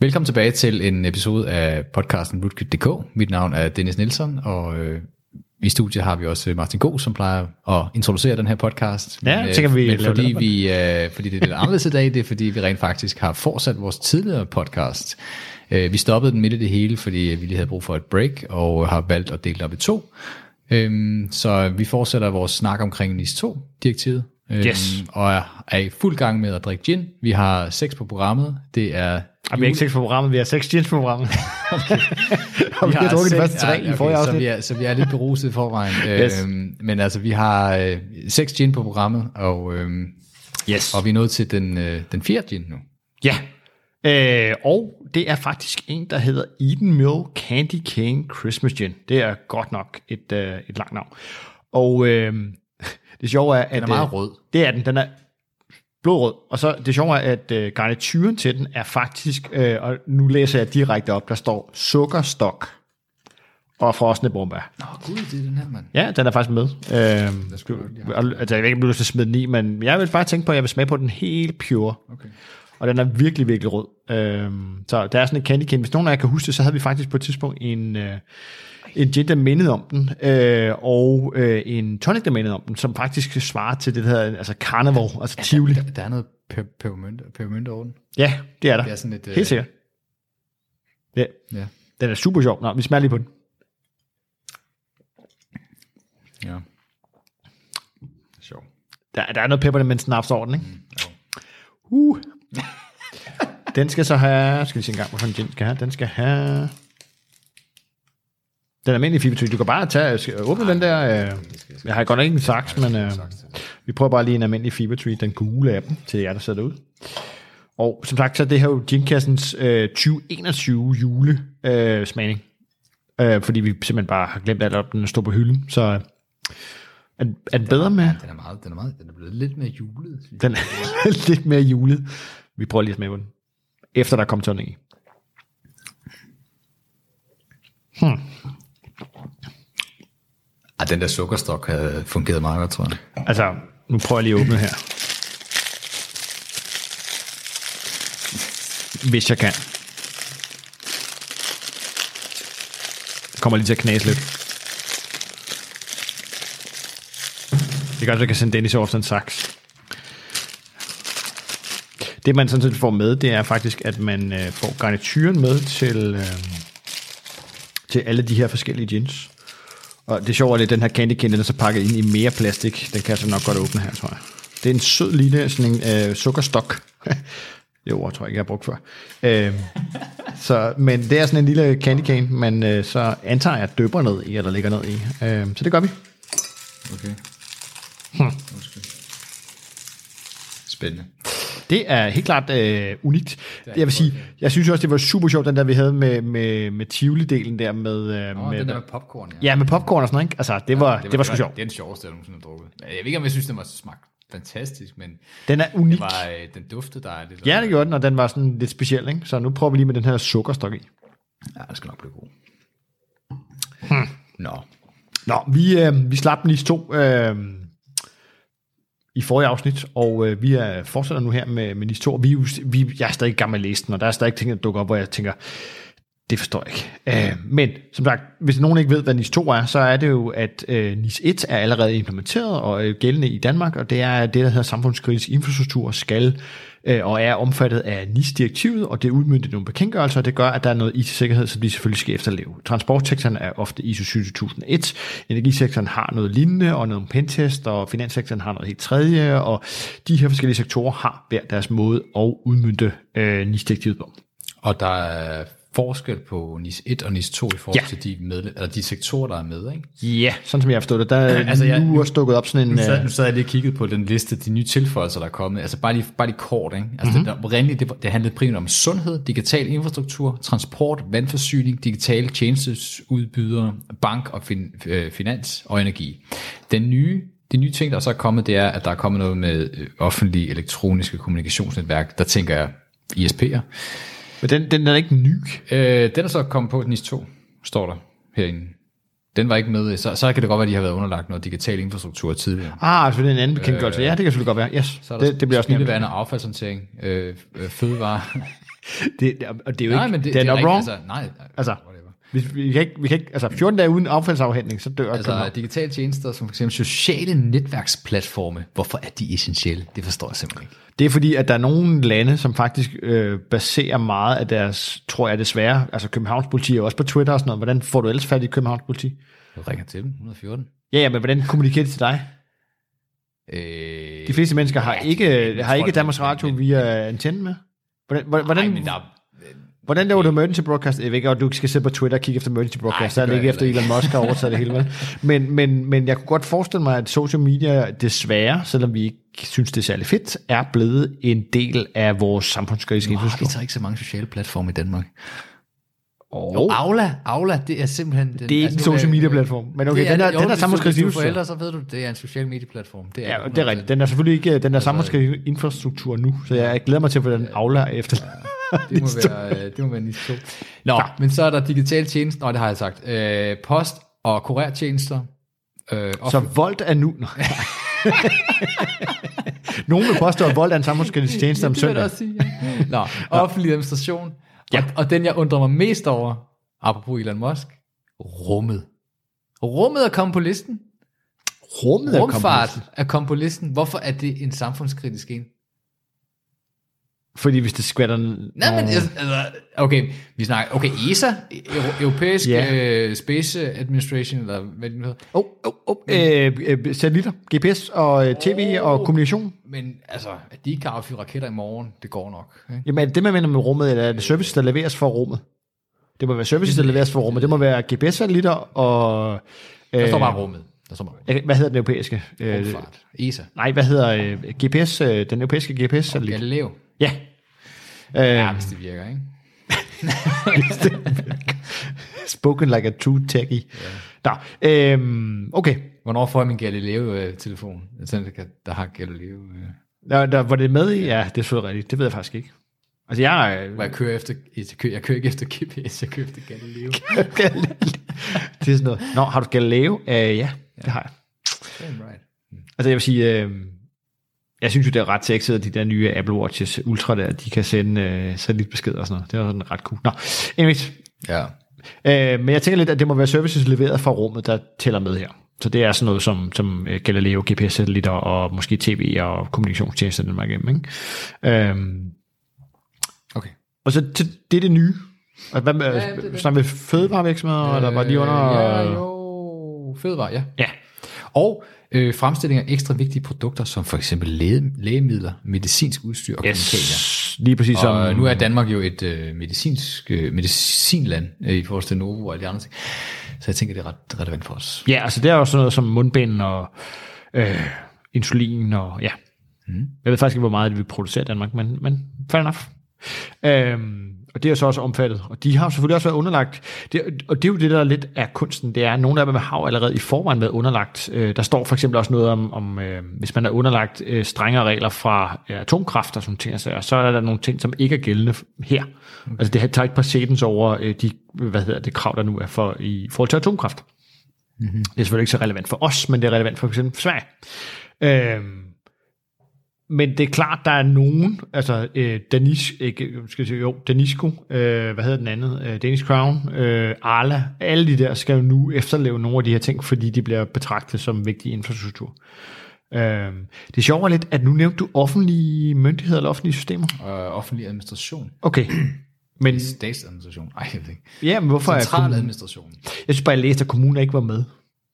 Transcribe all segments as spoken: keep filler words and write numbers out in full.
Velkommen tilbage til en episode af podcasten Rootkit punktum d k. Mit navn er Dennis Nielsen, og øh, i studiet har vi også Martin God, som plejer at introducere den her podcast. Ja, men, så kan vi men fordi, det vi, øh, fordi det er lidt anderledes i dag, det er fordi, vi rent faktisk har fortsat vores tidligere podcast. Øh, vi stoppede den midt i det hele, fordi vi lige havde brug for et break, og har valgt at dele det op i to. Øh, så vi fortsætter vores snak omkring N I S to-direktivet. Yes. Øhm, og er, er i fuld gang med at drikke gin. Vi har seks på programmet. Det er og vi har ikke seks på programmet, vi har seks gins på programmet. Okay. Og vi, vi har drukket de første tre ja, okay, i forrige afsnit. Så vi er, så vi er lidt beruset i forvejen. Yes. øhm, men altså, vi har øh, seks gin på programmet, og, øhm, yes. og vi er nået til den, øh, den fjerde gin nu. Ja, øh, og det er faktisk en, der hedder Eden Mill Candy Cane Christmas Gin. Det er godt nok et, øh, et langt navn. Og øh, det sjove er, at... Den er meget rød. Det er den, den er blodrød. Og så det sjove er, at øh, garnituren til den er faktisk, øh, og nu læser jeg direkte op, der står sukkerstok og frosne brombær. Nå gud, det er den her, mand. Ja, den er faktisk med. Øh, sgu, ja. Altså, jeg ved ikke, om du vil smide den i, men jeg vil bare tænke på, at jeg vil smage på den helt pure. Okay. Og den er virkelig, virkelig rød. Øh, så der er sådan en candy cane. Hvis nogen af jer kan huske det, så havde vi faktisk på et tidspunkt en... Øh, en gin, der mindede om den, øh, og øh, en tonic, der mindede om den, som faktisk svarer til det her, altså carnival, altså tivoli. Der, der er noget peppermint over den. Ja, det er der. Det er sådan lidt, helt sikkert. Ja. Ja. Den er super sjov. Nå, vi smager lige på den. Ja. Sjov. Der, der er noget pepper, men snaps over den, ikke? Mm, uh. Den skal så have, skal vi se en gang, hvorfor en gin skal have? Den skal have... Den almindelige Fever-Tree. Du kan bare tage, åbne den der. Øh, jeg har godt nok ikke en saks, men øh, vi prøver bare lige en almindelig Fever-Tree, den gule af dem, til jer, der sætter ud. Og som sagt, så er det her jo Ginkassens øh, tyve enogtyve julesmagning. Øh, øh, fordi vi simpelthen bare har glemt alt op, den står på hylden. Så øh, er, er den bedre med? Den er meget, den er meget, den er blevet lidt mere julet. Den er lidt mere julet. Vi prøver lige at smage på den. Efter der kom tonic i. Hmm. Ah, den der sukkerstok havde fungeret meget godt, tror jeg. Altså, nu prøver jeg lige at åbne her. Hvis jeg kan. Jeg kommer lige til at knase lidt. Det gør, at jeg kan sende Dennis over sådan en saks. Det man sådan set får med, det er faktisk, at man øh, får garnituren med til, øh, til alle de her forskellige gins. Og det sjove er, at den her candy cane, den er så pakket ind i mere plastik. Den kan jeg så nok godt åbne her, tror jeg. Det er en sød lille sådan en, øh, sukkerstok. Det ord tror jeg ikke, jeg har brugt før. Øh, så, men det er sådan en lille candy cane, man øh, så antager, jeg døber ned i, eller lægger ned i. Øh, så det gør vi. Okay. Hmm. Spændende. Det er helt klart øh, unikt. Jeg vil sige, jeg synes også, det var super sjovt, den der, vi havde med, med, med Tivoli-delen der med... Øh, oh, med den der med popcorn, ja. Ja, med popcorn og sådan noget, ikke? Altså, det var, ja, det var, det var sgu sjovt. Det er den sjoveste, jeg nogensinde har drukket. Jeg ved ikke, om jeg synes, den var så smagt fantastisk, men... Den er unik. Det var, den duftede dejligt. Ja, det gjorde den, og den var sådan lidt speciel, ikke? Så nu prøver vi lige med den her sukkerstok i. Ja, det skal nok blive god. Hmm. Nå. Nå, vi, øh, vi slap den lige to... Øh, i forrige afsnit, og øh, vi er fortsætter nu her med, med N I S to, og vi, vi, jeg er stadig i gang med at læse den, og der er stadig ting, der dukker op, hvor jeg tænker, det forstår jeg ikke. Øh, men som sagt, hvis nogen ikke ved, hvad N I S to er, så er det jo, at øh, N I S et er allerede implementeret og øh, gældende i Danmark, og det er det, der hedder samfundskritisk infrastruktur, skal øh, og er omfattet af N I S-direktivet, og det er udmøntet nogle bekendtgørelser, og det gør, at der er noget I T-sikkerhed, som de selvfølgelig skal efterleve. Transportsektoren er ofte I S O syv tusind og et, energisektoren har noget lignende, og noget pentest, og finanssektoren har noget helt tredje, og de her forskellige sektorer har hver deres måde at udmønte øh, N I S-direktivet på. Og der er forskel på N I S et og N I S to i forhold ja. til de, med, eller de sektorer, der er med, ikke? Ja, sådan som jeg har forstået det. Der er altså, jeg, nu også dukket op sådan en... Nu sad, nu sad jeg lige og kiggede på den liste, de nye tilføjelser, der er kommet. Altså bare lige, bare lige kort, ikke? Altså mm-hmm. det, der, det, det handlede primært om sundhed, digital infrastruktur, transport, vandforsyning, digitale tjenesteudbydere, bank og fin, øh, finans og energi. Den nye De nye ting, der så er kommet, det er, at der er kommet noget med offentlige elektroniske kommunikationsnetværk. Der tænker jeg I S P'er. Men den, den er ikke ny. Øh, den er så kommet på N I S to, står der herinde. Den var ikke med, så, så kan det godt være, at de har været underlagt noget digital infrastruktur tidligere. Ah, altså det er en anden bekendtgørelse. Øh, ja, det kan selvfølgelig godt være. Yes, så er der det, det bliver også nemt. Spildevand og affaldshåndtering, øh, øh, fødevare. det, og det er jo nej, ikke, men det, det er det er nok wrong. Altså, nej, altså, vi, vi, kan ikke, vi kan ikke, altså fjorten dage uden affaldsafhentning, så dør altså, København. Digitale tjenester, som for eksempel sociale netværksplatforme, hvorfor er de essentielle? Det forstår jeg simpelthen ikke. Det er fordi, at der er nogle lande, som faktisk øh, baserer meget af deres, tror jeg desværre, altså Københavns politi er også på Twitter og sådan noget. Hvordan får du ellers fat i Københavns politi? Du ringer til dem, et hundrede og fjorten. Ja, ja, men hvordan kommunikerer de til dig? Øh, De fleste mennesker har ja, ikke, det, har ikke det, Danmarks Radio men, via antenne med. Hvordan, hvordan, nej, men der, hvordan laver du emergency broadcast? Jeg ved ikke, at du skal sidde på Twitter og kigge efter emergency broadcast. Nej, det er ikke efter Elon Musk har overtaget det hele. Vel? Men, men, men jeg kunne godt forestille mig, at social media desværre, selvom vi ikke synes, det er særlig fedt, er blevet en del af vores samfundskritiske infrastruktur. Vi tager ikke så mange sociale platforme i Danmark. Oh. Jo, Aula, Aula, det er simpelthen... Den, det er ikke altså, en social media platform, men okay, den er, jo, den er samfundskritiske infrastruktur. Hvis du er forældre, så ved du, det er en social medieplatform. Det er ja, det er rigtigt. Den er selvfølgelig ikke, den er altså, samfundskritiske infrastruktur nu, så jeg glæder mig til, hvordan den Aula efter. Ja, det, må være, det må være næste to. Nå, ja. Men så er der digitale tjenester, og det har jeg sagt. Øh, post- og kurertjenester. Øh, så Volt er nu... Nogen vil påstå, at Volt er en samfundskritisk tjeneste om søndag. Det vil jeg også sige. Nå, offentlig administration. Ja. Og, og den, jeg undrer mig mest over, apropos Elon Musk, rummet. Rummet er kommet på listen. Rummet er kommet på listen. er kommet på listen. Hvorfor er det en samfundskritisk en? Fordi hvis det skvatter... Nej, men altså, okay, vi snakker... Okay, E S A, Europæisk yeah. uh, Space Administration, eller hvad det hedder. Oh, oh, oh, øh, øh, satellitter, G P S og øh, T V oh, og kommunikation. Men altså, at de ikke kan affyre raketter i morgen, det går nok. Ikke? Jamen, det man mener med rummet, eller er det service, der leveres for rummet? Det må være service, der leveres for rummet. Det må være G P S-satellitter og... Øh, der står bare rummet. Der står bare rummet. Hvad hedder den europæiske? Rumfart. E S A. Nej, hvad hedder øh, G P S, øh, den europæiske G P S-satellit? Galileo. Ja. Ja, hvis det virker, ikke? Spoken like a true techie. Yeah. Nå, øhm, okay. Hvornår får jeg min Galileo-telefon? Der har Galileo... Øh... Der, der, var det med i? Ja, det er så rigtigt. Det ved jeg faktisk ikke. Altså, jeg... Øh... Jeg kører efter... Jeg kører, jeg kører ikke efter G P S, jeg kører efter Galileo. Det er sådan noget. Nå, har du Galileo? Uh, ja, ja, det har jeg. Right. Mm. Altså, jeg vil sige... Øh... Jeg synes jo, det er ret sexet, at de der nye Apple Watches Ultra der, de kan sende øh, satellitbeskeder og sådan noget. Det er sådan ret cool. Nå, anyways. Ja. Øh, men jeg tænker lidt, at det må være services leveret fra rummet, der tæller med her. Så det er sådan noget som, som Galileo, G P S-satellitter og måske T V og kommunikationstjenester, den var igennem, ikke? Øhm, okay. Og så det, det er det nye. Og hvad med, ja, det, det. Snakker vi fødevarevirksomheder, øh, eller var de under... Ja, jo, fødevare, ja. Ja. Og øh, fremstilling af ekstra vigtige produkter, som for eksempel læge, lægemidler, medicinsk udstyr og yes, kemikalier. Lige præcis som... Og nu er Danmark jo et øh, medicinsk øh, medicinland øh, i forhold til Novo og alle de andre ting. Så jeg tænker, det er ret relevant for os. Ja, altså det er jo sådan noget som mundbind og øh, insulin og ja. Mm. Jeg ved faktisk ikke, hvor meget det vil producere i Danmark, men, men fair enough. Øhm, og det er så også omfattet. Og de har selvfølgelig også været underlagt. Det, og det er jo det, der er lidt af kunsten. Det er, at nogle af dem har jo allerede i forvejen været underlagt. Øh, der står for eksempel også noget om, om øh, hvis man er underlagt øh, strengere regler fra øh, atomkraft og sådan ting, så, så er der nogle ting, som ikke er gældende her. Okay. Altså det tager ikke præcedens over øh, de hvad hedder det, krav, der nu er for, i forhold til atomkraft. Mm-hmm. Det er selvfølgelig ikke så relevant for os, men det er relevant for eksempel for Sverige. Øh, Men det er klart, der er nogen, altså øh, Danish, ikke, skal jeg sige, jo, Danisco, øh, hvad hedder den andet, øh, Danish Crown, øh, Arla, alle de der skal jo nu efterleve nogle af de her ting, fordi de bliver betragtet som vigtig infrastruktur. Øh, det er sjovt lidt, at nu nævnte du offentlige myndigheder eller offentlige systemer? Øh, offentlig administration. Okay. Men, statsadministration. Ej, jeg ved ikke. Ja, men hvorfor Central er administration. Jeg synes bare, jeg læste, at kommunen ikke var med.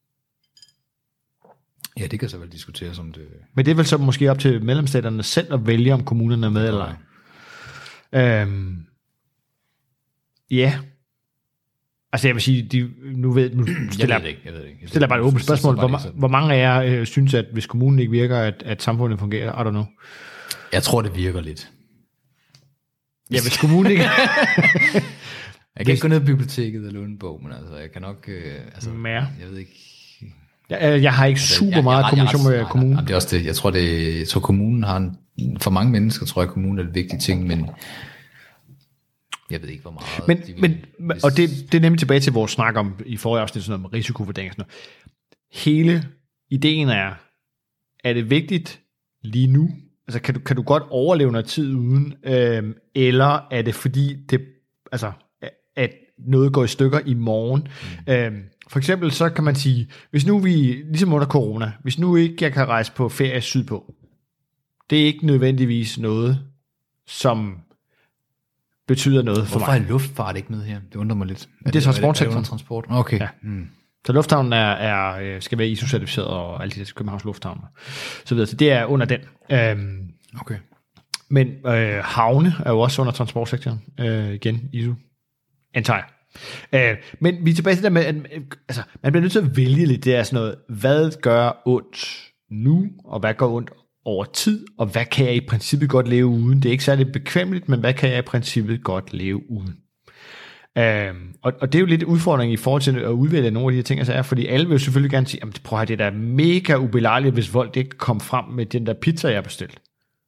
Ja, det kan så vel diskuteres om det... Men det er vel så måske op til medlemsstaterne selv at vælge, om kommunerne er med eller ej. Øhm, ja. Altså jeg vil sige, de, nu ved nu stiller jeg, ved ikke, jeg ved ikke. Jeg stiller bare et åbent spørgsmål. Hvor, hvor mange af jer øh, synes, at hvis kommunen ikke virker, at, at samfundet fungerer? I don't know. Jeg tror, det virker lidt. Ja, hvis kommunen ikke... jeg kan ikke gå ned i biblioteket og låne en bog, men altså, jeg kan nok... Øh, altså, ja. Jeg ved ikke... Jeg, jeg har ikke altså, super jeg, meget jeg, kommunikation med kommunen. Nej, det er også det. Jeg tror, det, jeg tror kommunen har en, for mange mennesker, tror jeg, kommunen er en vigtig ting, men Jeg ved ikke, hvor meget... Men, de vil, men, hvis... og det, det er nemlig tilbage til vores snak om i forrige afsnit, sådan noget med risikovurdering og sådan noget. Hele ideen er, er det vigtigt lige nu? Altså, kan du, kan du godt overleve noget tid uden? Øhm, eller er det fordi, det, altså, at noget går i stykker i morgen? Mm. Øhm, for eksempel så kan man sige, hvis nu vi, ligesom under corona, hvis nu ikke jeg kan rejse på ferie sydpå, det er ikke nødvendigvis noget, som betyder noget for Hvorfor mig. er luftfart ikke med her? Det undrer mig lidt. Er det er transportsektoren. Er det transport? Okay. Ja. Mm. Så lufthavnen er, er, skal være I S O-certificeret, og alt det der Københavns Lufthavn. Så videre. Så det er under den. Øhm, okay. Men øh, havne er jo også under transportsektoren. Øh, igen, I S O. Antager jeg. Øh, men vi er tilbage til det med, at altså, man bliver nødt til at vælge lidt. Det er sådan noget, hvad gør ondt nu, og hvad gør ondt over tid, og hvad kan jeg i princippet godt leve uden? Det er ikke særlig bekvemmeligt, men hvad kan jeg i princippet godt leve uden? Øhm, og, og det er jo lidt udfordring i forhold til at udvælge nogle af de her ting, altså, fordi alle vil jo selvfølgelig gerne sige, prøv at høre, det er da mega ubelejligt, hvis folk ikke kom frem med den der pizza, jeg har bestilt.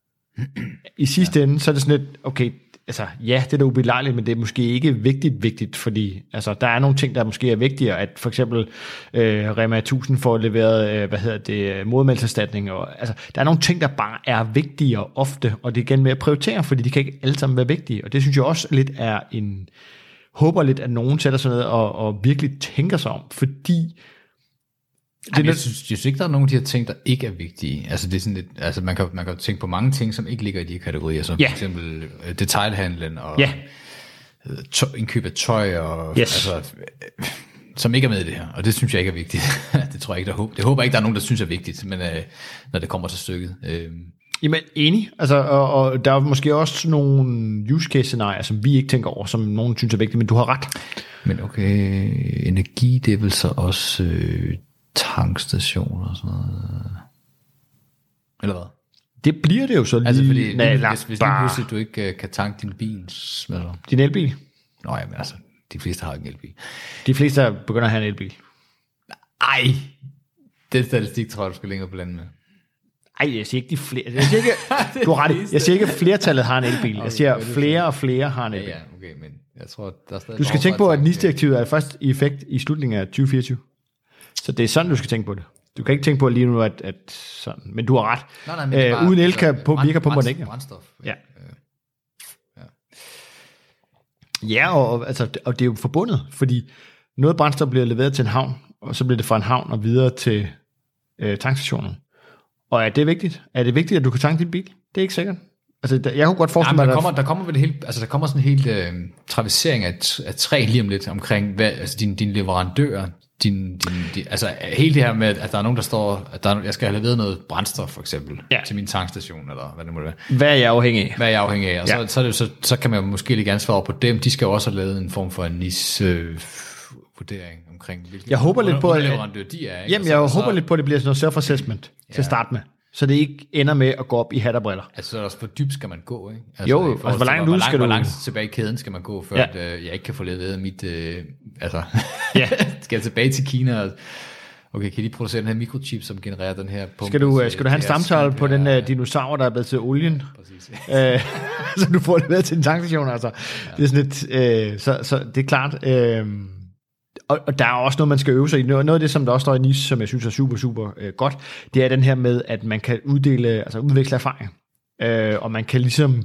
I sidste ja. ende, så er det sådan lidt, okay, altså ja, det er da ubelejligt, men det er måske ikke vigtigt vigtigt, fordi altså, der er nogle ting, der måske er vigtigere, at for eksempel øh, Rema tusind får leveret, øh, hvad hedder det, modmeldelseserstatning, og altså, der er nogle ting, der bare er vigtigere ofte, og det er igen med at prioritere, fordi de kan ikke alle sammen være vigtige, og det synes jeg også lidt er en, håber lidt, at nogen sætter sig ned og, og virkelig tænker sig om, fordi det Ej, jeg, synes, jeg synes ikke, der er nogen af de her ting, der ikke er vigtige. Altså, det er sådan lidt, altså man, kan, man kan tænke på mange ting, som ikke ligger i de kategorier, som ja. for eksempel uh, detailhandlen og ja. uh, tøj, indkøb af tøj, og, yes. altså, uh, som ikke er med i det her. Og det synes jeg ikke er vigtigt. det tror jeg ikke, der håber. Det håber jeg ikke, der er nogen, der synes er vigtigt, men uh, når det kommer til stykket. Uh, Jamen, enig. Altså, og, og der er måske også nogle use case scenarier, som vi ikke tænker over, som nogen synes er vigtige, men du har ret. Men okay, energi, det er vel så også øh, tankstationer og sådan noget. Eller hvad? Det bliver det jo så lige. Altså, fordi nej, lige, hvis, hvis lige pludselig du ikke uh, kan tanke din bil, smadrer. Din elbil? Nå ja, men altså, de fleste har ikke en elbil. De fleste begynder at have en elbil. Ej, den statistik tror jeg, du skal længere blande med. Ej, jeg siger ikke de flere. Jeg siger ikke, du har ret. Jeg siger ikke, at flertallet har en elbil. Jeg siger, at flere og flere har en elbil. Ja, ja, okay, men jeg tror, der er stadig... Du skal tænke på, at N I S-direktivet er først i effekt i slutningen af tyve fireogtyve. Så det er sådan, du skal tænke på det. Du kan ikke tænke på lige nu, at, at sådan... Men du har ret. Nej, nej, men Æ, bare, uden el kan på, virker pumperne ikke. Brændstof. Ja. Ja, ja og, altså, og det er jo forbundet, fordi noget brændstof bliver leveret til en havn, og så bliver det fra en havn og videre til øh, tankstationen. Og er det vigtigt? Er det vigtigt, at du kan tanke din bil? Det er ikke sikkert. Altså, der, jeg kunne godt forestille mig, der kommer, der kommer vel helt, altså der kommer sådan en helt øh, traversering af, af træ lige om lidt omkring hvad, altså din din leverandør, din, din, din altså hele det her med at der er nogen der står, at der er, jeg skal have leveret noget brændstof for eksempel ja. til min tankstation eller hvad det må være. Hvad er jeg afhængig af? Hvad er jeg afhængig af? Og ja. så så, er det, så så kan man jo måske lige gerne svare på dem. De skal jo også have lavet en form for en N I S øh, vurdering omkring hvilken jeg håber lidt på at leverandør de er. Ikke? Jamen jeg så, håber lidt på at det bliver sådan noget self-assessment ja. til at starte med. Så det ikke ender med at gå op i hat og briller. Altså, så hvor dybt skal man gå, ikke? Altså, jo, altså, hvor langt ud skal hvor du... Hvor langt tilbage i kæden skal man gå, før ja. at, øh, jeg ikke kan få leveret mit... Øh, altså, ja. skal jeg tilbage til Kina og... Okay, kan de producere den her mikrochip, som genererer den her pumpe? Skal du, skal du have en stamtale på den uh, dinosaur, der er blevet til olien? Præcis. uh, så du får leveret til en tankstation, altså. Ja. Det er sådan lidt... Uh, så, så det er klart... Uh, Og, og der er også noget, man skal øve sig i. Noget af det, som der også står i N I S, som jeg synes er super, super øh, godt, det er den her med, at man kan uddele, altså udveksle erfaring. Øh, og man kan ligesom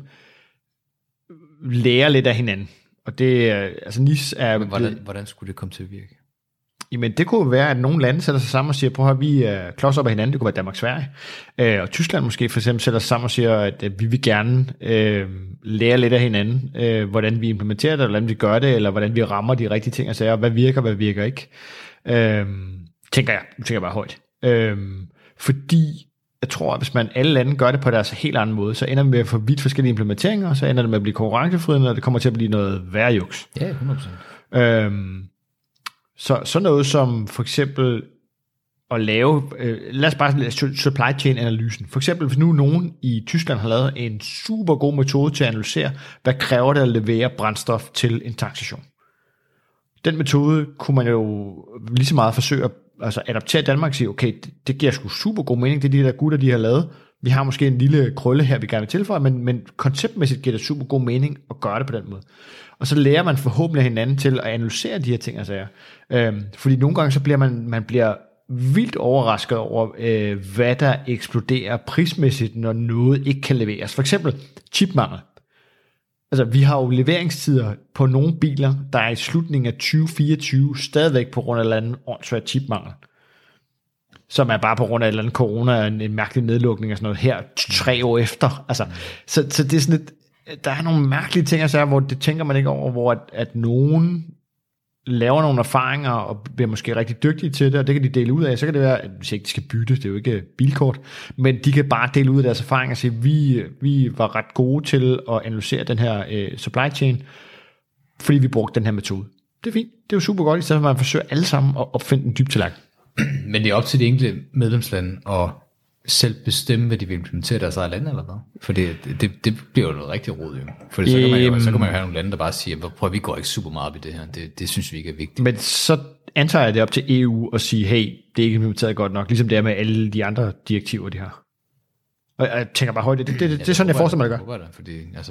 lære lidt af hinanden. Og det altså N I S er... Men hvordan, hvordan skulle det komme til at virke? Jamen det kunne være, at nogle lande sætter sig sammen og siger, prøv at vi er klods op af hinanden, det kunne være Danmark og Sverige. Øh, og Tyskland måske for eksempel sætter sig sammen og siger, at, at vi vil gerne øh, lære lidt af hinanden, øh, hvordan vi implementerer det, hvordan vi gør det, eller hvordan vi rammer de rigtige ting og sager, hvad virker, hvad virker ikke. Øh, tænker jeg, nu tænker jeg bare højt. Øh, fordi jeg tror, at hvis man alle lande gør det på deres helt anden måde, så ender vi med at få vidt forskellige implementeringer, og så ender det med at blive konkurrenceforvridende, og det kommer til at blive noget værre juks. Ja, hundrede procent. Øh, Så sådan noget som for eksempel at lave, øh, lad os bare lave supply chain analysen. For eksempel hvis nu nogen i Tyskland har lavet en super god metode til at analysere, hvad kræver det at levere brændstof til en tankstation. Den metode kunne man jo lige så meget forsøge at altså adaptere i Danmark og sige, okay, det, det giver sgu super god mening, det er de der gutter, de har lavet. vi har måske en lille krølle her, vi gerne vil tilføje, men, men konceptmæssigt giver det super god mening at gøre det på den måde. Og så lærer man forhåbentlig hinanden til at analysere de her ting og sager. Øhm, fordi nogle gange så bliver man, man bliver vildt overrasket over, øh, hvad der eksploderer prismæssigt, når noget ikke kan leveres. For eksempel chipmangel. Altså, vi har jo leveringstider på nogle biler, der er i slutningen af tyve fireogtyve, stadigvæk på grund af en eller anden åndssvagt chipmangel. Som er bare på grund af et eller andet corona, en, en mærkelig nedlukning og sådan noget her, tre år efter. Altså, så, så det er sådan et, der er nogle mærkelige ting, altså, hvor det tænker man ikke over, hvor at, at nogen laver nogle erfaringer, og bliver måske rigtig dygtige til det, og det kan de dele ud af. Så kan det være, at hvis ikke de skal bytte, det er jo ikke bilkort, men de kan bare dele ud af deres erfaringer og sige, vi, vi var ret gode til at analysere den her øh, supply chain, fordi vi brugte den her metode. Det er fint, det er jo super godt, i stedet for at man forsøger alle sammen at opfinde en dyb tallerken. Men det er op til de enkelte medlemslande at selv bestemme, hvad de vil implementere deres eget land, eller hvad? For det, det, det bliver jo noget rigtig rod, jo. For så kan man jo, så kan man jo have nogle lande, der bare siger, prøv, vi går ikke super meget op i det her. Det, det synes vi ikke er vigtigt. Men så antager jeg det op til E U at sige, hey, det er ikke implementeret godt nok, ligesom det er med alle de andre direktiver, de har. Og jeg tænker bare højt, det, det, det, det, det er sådan, jeg forestiller mig, det gør. Det, fordi, altså,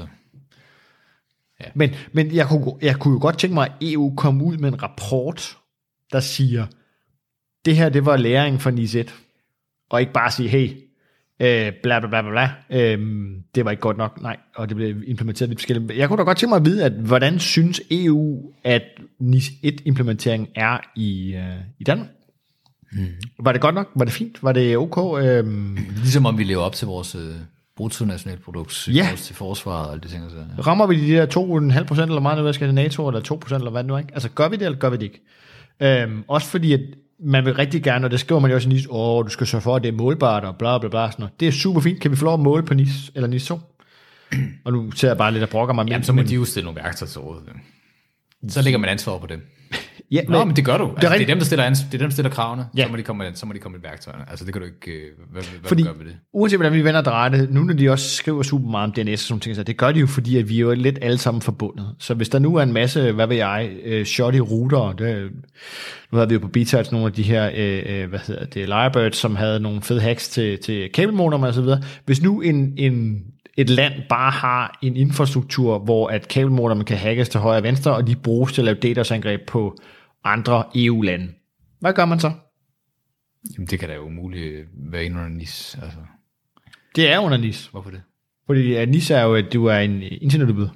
ja. Men, men jeg, kunne, jeg kunne jo godt tænke mig, at E U kom ud med en rapport, der siger, det her, det var læring fra N I S et, og ikke bare sige, hey, øh, bla bla bla bla, øh, det var ikke godt nok, nej, og det blev implementeret lidt forskelligt. Jeg kunne da godt tænke mig at vide, at hvordan synes E U, at N I S et-implementeringen er i, øh, i Danmark? Hmm. Var det godt nok? Var det fint? Var det ok? Øh, ligesom om vi lever op til vores øh, bruttonationalprodukt, ja. til forsvaret og alle de ting. Så, ja. Rammer vi de der to komma fem procent eller meget, hvad skal det, NATO, eller to procent eller hvad nu, ikke? Altså, gør vi det, eller gør vi det ikke? Øh, også fordi, at man vil rigtig gerne, og det skriver man jo også i N I S, åh, du skal sørge for, at det er målbart, og bla bla bla, sådan noget. Det er super fint. Kan vi få lov at måle på N I S, eller N I S to? Og nu ser jeg bare lidt og brokker mig. Jamen, så må men... de jo stille nogle værktøjer til råd. Så lægger man ansvar på dem. Ja, Nå, men det gør du. Altså, det, er det, er dem, der stiller, ans- det er dem, der stiller kravene, ja. så, må de komme med, så må de komme med værktøjerne. Altså, det kan du ikke... Hvad, hvad fordi, du gør med det? Uanset hvordan vi vender og drejer det, nu når de også skriver super meget om D N S og sådan ting, så det gør de jo, fordi at vi er jo lidt alle sammen forbundet. Så hvis der nu er en masse, hvad ved jeg, uh, shoddy router, det, nu havde vi jo på beta nogle af de her, uh, hvad hedder det, Lyrebirds, som havde nogle fede hacks til, til kabelmodem og så videre. Hvis nu en, en et land bare har en infrastruktur, hvor at kabelmodem kan hackes til højre og venstre, og de bruges til at lave DDoS-angreb på andre E U-lande. Hvad gør man så? Jamen, det kan da jo umuligt være ind under N I S. Altså. Det er under N I S. Hvorfor det? Fordi N I S er jo, at du er en internetudbyder.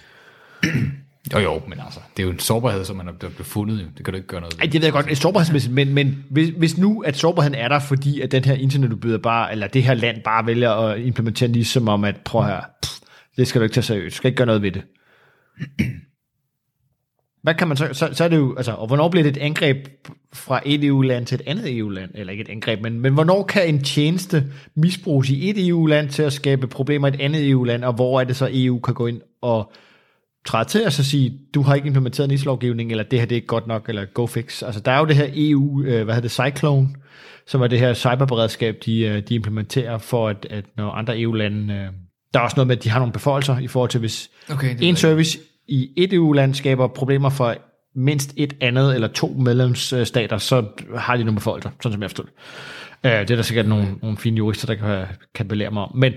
Jo jo, men altså, det er jo en sårbarhed, som man er blevet fundet. Jo. Det kan du ikke gøre noget ved. Ej, det ved jeg godt, sårbarhedsmæssigt, men, men hvis, hvis nu, at sårbarheden er der, fordi at den her internetudbyder bare, eller det her land bare vælger at implementere N I S, som om, at prøv her, pff, det skal du ikke tage seriøst, du skal ikke gøre noget ved det. Hvad kan man så, så, så er det jo, altså, og hvornår bliver det et angreb fra et E U-land til et andet E U-land, eller ikke et angreb, men, men hvornår kan en tjeneste misbruges i et E U-land til at skabe problemer i et andet E U-land, og hvor er det så E U kan gå ind og træde til og så sige, du har ikke implementeret N I S-lovgivning, eller det her det er ikke godt nok, eller go fix. Altså der er jo det her E U, øh, hvad hedder det, Cyclone, som er det her cyberberedskab, de, de implementerer for, at, at når andre E U-lande, øh, der er også noget med, at de har nogle beføjelser i forhold til, hvis okay, en service i et E U-land skaber problemer for mindst et andet eller to medlemsstater, så har de nogle beføjelser, sådan som jeg forstår det. Øh, det er der sikkert nogle, nogle fine jurister, der kan, kan belære mig om. Men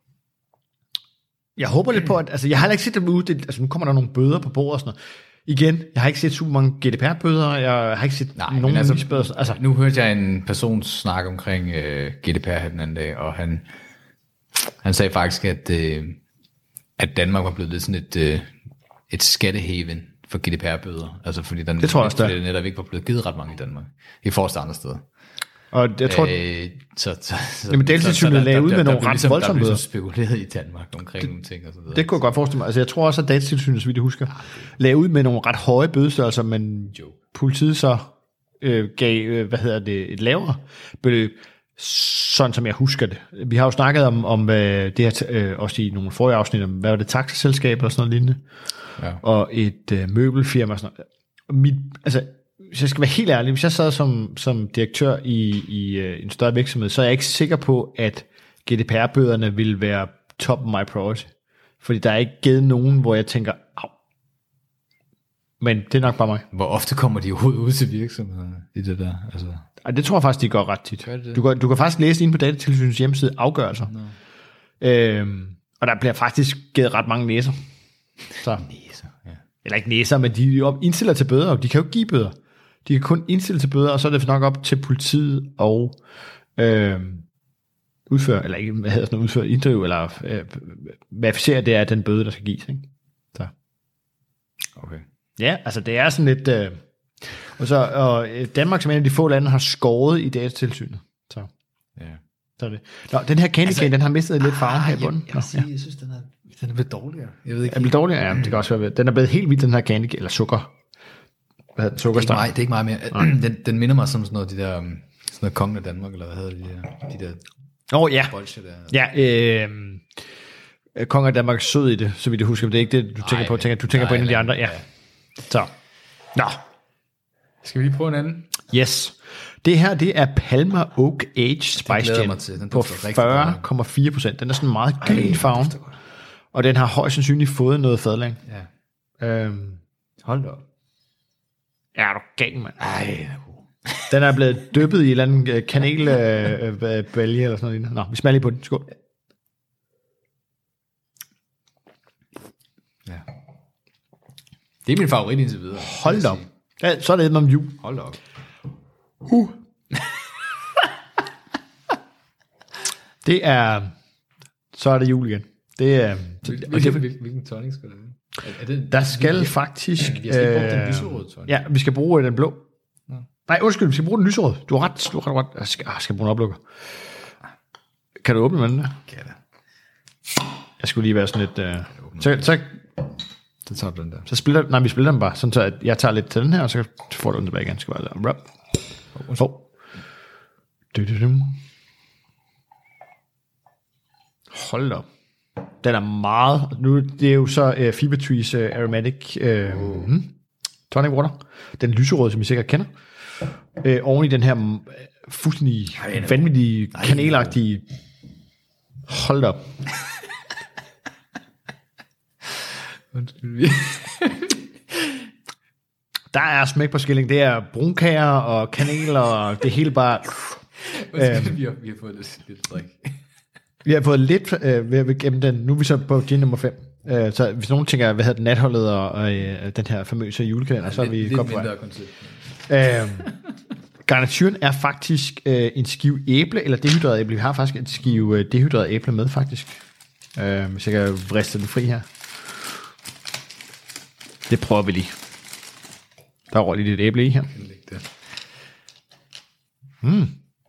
jeg håber lidt på, at altså, jeg har heller ikke set dem ude, altså nu kommer der nogle bøder på bordet og sådan noget. Igen, jeg har ikke set super mange G D P R-bøder, jeg har ikke set Nej, nogen altså, bøder. Altså, nu hørte jeg en person snakke omkring uh, G D P R her den anden dag, og han, han sagde faktisk, at, uh, at Danmark var blevet lidt sådan et, uh, et skattehaven for G D P R-bøder. Altså fordi den, det tror jeg også, fordi det netop ikke var blevet givet ret mange i Danmark. I forreste andre steder. Og jeg tror, øh, så, så, så, jamen Datatilsynet lagde ud med nogle ret ligesom, voldsomme bøder. Der blev spekuleret i Danmark omkring det, nogle ting og så videre. Det kunne jeg godt forestille mig. Altså jeg tror også, at Datatilsynet, så vidt jeg husker, lagde ud med nogle ret høje bødestørrelser, men jo. Politiet så øh, gav, øh, hvad hedder det, et lavere beløb, sådan som jeg husker det. Vi har jo snakket om, om øh, det her, øh, også i nogle forrige afsnit, om hvad var det, taxaselskab eller sådan noget lignende, ja. Og et øh, møbelfirma og sådan noget. Mit, altså hvis jeg skal være helt ærlig, hvis jeg sad som, som direktør i, i uh, en større virksomhed, så er jeg ikke sikker på, at G D P R-bøderne vil være top of my priority. Fordi der er ikke givet nogen, hvor jeg tænker, au. Men det er nok bare mig. Hvor ofte kommer de overhovedet ud til virksomhederne i det der? Altså. Ej, det tror jeg faktisk, de gør ret tit. Det det? Du, kan, du kan faktisk læse inde på Datatilsynets hjemmeside afgørelser. No. Øhm, og der bliver faktisk givet ret mange næser. Så. Næser, ja. Eller ikke næser, men de er indstiller til bøder, og de kan jo ikke give bøder. De kan kun indstille til bøder, og så er det nok op til politiet og øhm, udføre, eller ikke, hvad hedder sådan noget, udføre, inddrive, eller øh, verificere, det er den bøde, der skal gives. Ikke? Så. Okay. Ja, altså det er sådan lidt... Øh, og så og Danmark, som en af de få lande, har skåret i datatilsynet. Så. Ja. Så er det. Nå, den her candy cane, altså, den har mistet lidt farve her i bunden. Jeg, jeg, jeg, sige, jeg synes, den er, den er blevet dårligere. Jeg ved ikke. Er den blevet dårligere? Ja, det kan også være. Den er blevet helt vildt, den her candy, eller sukker. Hvad hedder den? Sukkerstang. Det er ikke meget, det er ikke meget mere. Den, den minder mig som sådan noget, de der, sådan noget kongen af Danmark, eller hvad hedder de der, de der Åh, oh, ja. bolsjer der. Ja, øh, kongen af Danmark er sød i det, så vidt jeg husker. Det er ikke det, du tænker på. Tænker, du tænker nej, på en af de andre. Ja. ja. Så. Nå. Skal vi lige prøve en anden? Yes. Det her, det er Palmer Oak Aged Spice Gin på fyrre komma fire procent. Den er sådan meget gylden farven. Og den har højst sandsynligt fået noget fadlang. Ja. Øhm, Hold da op. Ja, du gal, mand. Ej, den er blevet dyppet i en eller anden kanelbælge øh, eller sådan noget. Nå, vi smager lige på den. Skål. Ja. Det er min favorit indtil videre. Hold da op. Ja, så er det et om jul. Hold da op. Uh. Det er... Så er det jul igen. Det er... Hvilken, hvilken, hvilken tonic skal der være? Er det, der skal vi, faktisk... Vi skal ikke bruge den lyserøde tonic. Ja, vi skal bruge den blå. Ja. Nej, undskyld, vi skal bruge den lyserøde. Du har ret, du har ret. Jeg skal, jeg skal bruge en oplukker. Kan du åbne med den der? Kan jeg da. Jeg skulle lige være sådan lidt... Uh... Så, så, så tager du den der. Så splitter, nej, vi splitter den bare, sådan så at jeg tager lidt til den her, og så får du den tilbage igen. Skal bare der. Rub. Oh. Hold da op. Den er meget... Nu, det er jo så uh, Fever Trees uh, Aromatic uh, oh. hmm, Tonic Water. Den lyserøde, som I sikkert kender. Uh, oven i den her uh, fuldstændig vanvittige, kanelagtige... Hold da op. Der er smæk på skilling. Det er brunkager og kanel og det hele bare... øhm, vi, har, vi har fået lidt, lidt drik. Vi har fået lidt øh, ved at gemme den. Nu er vi så på gin nummer fem. Øh, så hvis nogen tænker, hvad hedder natholdet og, og øh, den her famøse julekalender, ja, så er vi godt på vej. Øh, garnituren er faktisk øh, en skive æble, eller dehydreret æble. Vi har faktisk en skive øh, dehydreret æble med, faktisk. Øh, hvis jeg kan vriste den fri her. Det prøver vi lige. Der er lige lidt æble i her. Mm.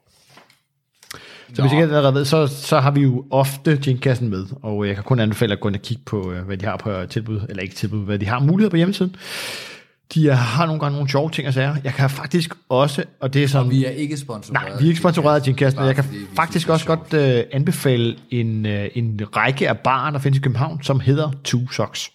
Så hvis jeg ikke allerede ved, så, så har vi jo ofte ginkassen med, og jeg kan kun anbefale at gå ind og kigge på, hvad de har på tilbud, eller ikke tilbud, hvad de har muligheder på hjemmesiden. De har nogle gange nogle sjove ting at sige. Jeg kan faktisk også, og det er sådan... Og vi er ikke sponsoreret. Nej, vi er ikke sponsoreret af ginkassen, og jeg kan faktisk også godt uh, anbefale en, uh, en række af barer, der findes i København, som hedder Two Socks.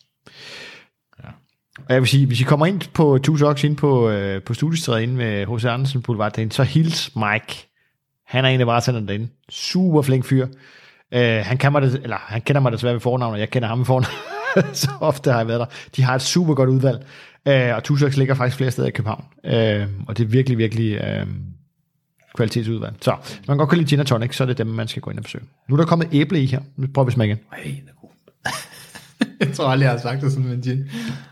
Og jeg vil sige, hvis I kommer ind på Two Socks ind på, øh, på Studiestræde inde med H C Andersen Boulevard derinde, så hils Mike. Han er en af varetænderne derinde. Super flink fyr. Uh, han, kan mig det, eller, han kender mig desværre ved fornavn, og jeg kender ham ved fornavn. Så ofte har jeg været der. De har et super godt udvalg. Uh, og Two Socks ligger faktisk flere steder i København. Uh, og det er virkelig, virkelig uh, kvalitetsudvalg. Så hvis man godt kan lide gin og tonic, så er det dem, man skal gå ind og besøge. Nu er der kommet æble i her. Nu prøver vi smag igen. Ej, den er god. Jeg tror aldrig, jeg har sagt det sådan med en gin.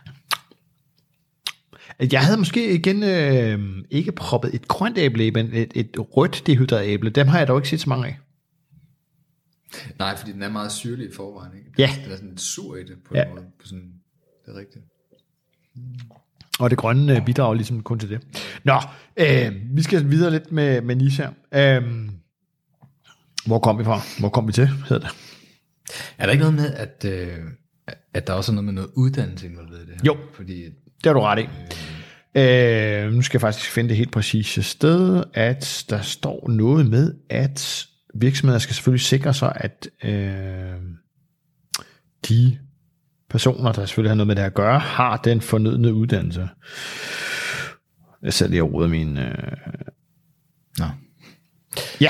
Jeg havde måske igen øh, ikke proppet et grønt æble, men et, et rødt dehydreret æble. Dem har jeg dog ikke set så mange af. Nej, fordi den er meget syrlig i forvejen. Ikke? Ja. Den er sådan sur i det på ja. en måde. På sådan, det er rigtigt. Mm. Og det grønne øh, bidrager ligesom kun til det. Nå, øh, vi skal videre lidt med, med Nis her. Øh, hvor kom vi fra? Hvor kom vi til, hedder det? Er der ikke noget med, at, øh, at der også er noget med noget uddannelse involveret i det her? Jo. Fordi... Det har du ret i. Øh, nu skal jeg faktisk finde det helt præcise sted, at der står noget med, at virksomheder skal selvfølgelig sikre sig, at øh, de personer, der selvfølgelig har noget med det at gøre, har den fornødne uddannelse. Jeg sætter lige og roder min... Øh... Nå. Ja,